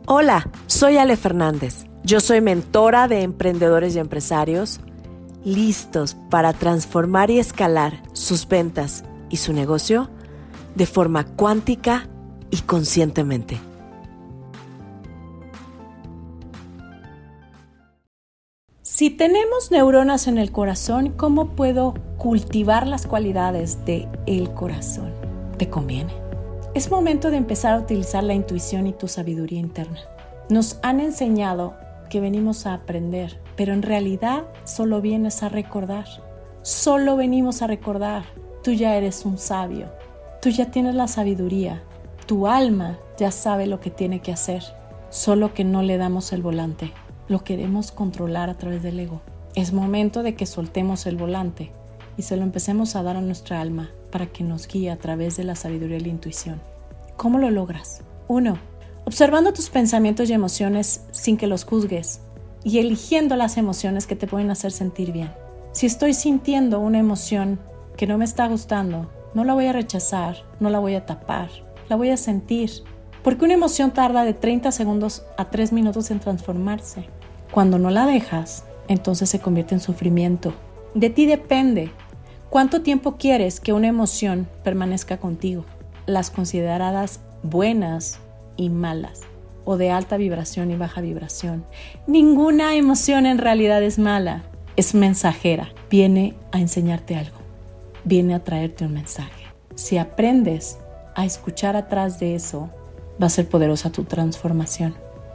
Hola, soy Ale Fernández. Yo soy mentora de emprendedores y empresarios listos para transformar y escalar sus ventas y su negocio de forma cuántica y conscientemente. Si tenemos neuronas en el corazón, ¿cómo puedo cultivar las cualidades del corazón? ¿Te conviene? Es momento de empezar a utilizar la intuición y tu sabiduría interna. Nos han enseñado que venimos a aprender, pero en realidad solo vienes a recordar. Solo venimos a recordar. Tú ya eres un sabio. Tú ya tienes la sabiduría. Tu alma ya sabe lo que tiene que hacer. Solo que no le damos el volante. Lo queremos controlar a través del ego. Es momento de que soltemos el volante y se lo empecemos a dar a nuestra alma para que nos guíe a través de la sabiduría y la intuición. ¿Cómo lo logras? 1. Observando tus pensamientos y emociones sin que los juzgues y eligiendo las emociones que te pueden hacer sentir bien. Si estoy sintiendo una emoción que no me está gustando, no la voy a rechazar, no la voy a tapar, la voy a sentir. Porque una emoción tarda de 30 segundos a 3 minutos en transformarse. Cuando no la dejas, entonces se convierte en sufrimiento. De ti depende cuánto tiempo quieres que una emoción permanezca contigo. Las consideradas buenas y malas, o de alta vibración y baja vibración. Ninguna emoción en realidad es mala, es mensajera. Viene a enseñarte algo, viene a traerte un mensaje. Si aprendes a escuchar atrás de eso, va a ser poderosa tu transformación.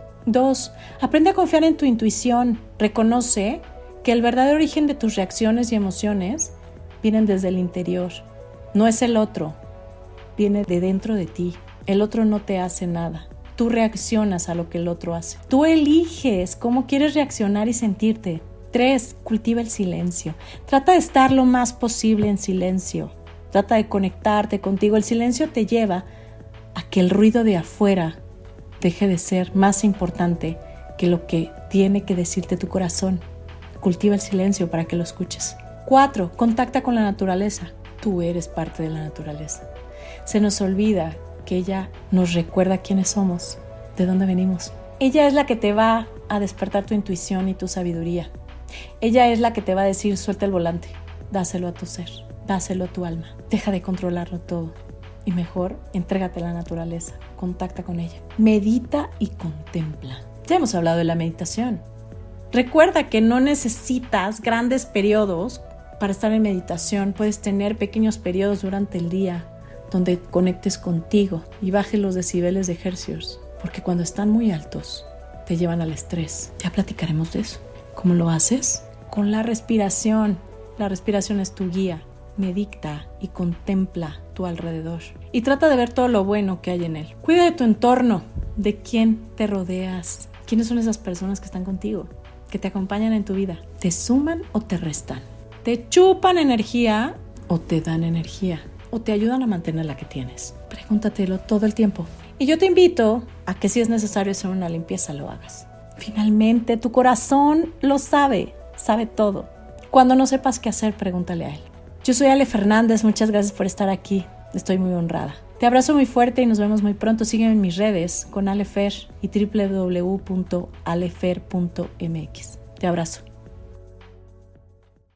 2. Aprende a confiar en tu intuición. Reconoce que el verdadero origen de tus reacciones y emociones vienen desde el interior. No es el otro, viene de dentro de ti. El otro no te hace nada. Tú reaccionas a lo que el otro hace. Tú eliges cómo quieres reaccionar y sentirte. 3. Cultiva el silencio. Trata de estar lo más posible en silencio. Trata de conectarte contigo. El silencio te lleva a que el ruido de afuera deje de ser más importante que lo que tiene que decirte tu corazón. Cultiva el silencio para que lo escuches. 4. Contacta con la naturaleza. Tú eres parte de la naturaleza. Se nos olvida que ella nos recuerda quiénes somos, de dónde venimos. Ella es la que te va a despertar tu intuición y tu sabiduría. Ella es la que te va a decir: suelta el volante, dáselo a tu ser, dáselo a tu alma. Deja de controlarlo todo. Y mejor, entrégate a la naturaleza, contacta con ella. Medita y contempla. Ya hemos hablado de la meditación. Recuerda que no necesitas grandes periodos para estar en meditación. Puedes tener pequeños periodos durante el día donde conectes contigo y bajes los decibeles de hercios, porque cuando están muy altos te llevan al estrés. Ya platicaremos de eso. ¿Cómo lo haces? Con la respiración. La respiración es tu guía. Medita y contempla tu alrededor y trata de ver todo lo bueno que hay en él. Cuida de tu entorno, de quién te rodeas. ¿Quiénes son esas personas que están contigo, que te acompañan en tu vida? ¿Te suman o te restan? ¿Te chupan energía o te dan energía? ¿O te ayudan a mantener la que tienes? Pregúntatelo todo el tiempo. Y yo te invito a que si es necesario hacer una limpieza, lo hagas. Finalmente, tu corazón lo sabe todo. Cuando no sepas qué hacer, pregúntale a él. Yo soy Ale Fernández, muchas gracias por estar aquí, estoy muy honrada. Te abrazo muy fuerte y nos vemos muy pronto. Sígueme en mis redes con Alefer y www.alefer.mx. Te abrazo.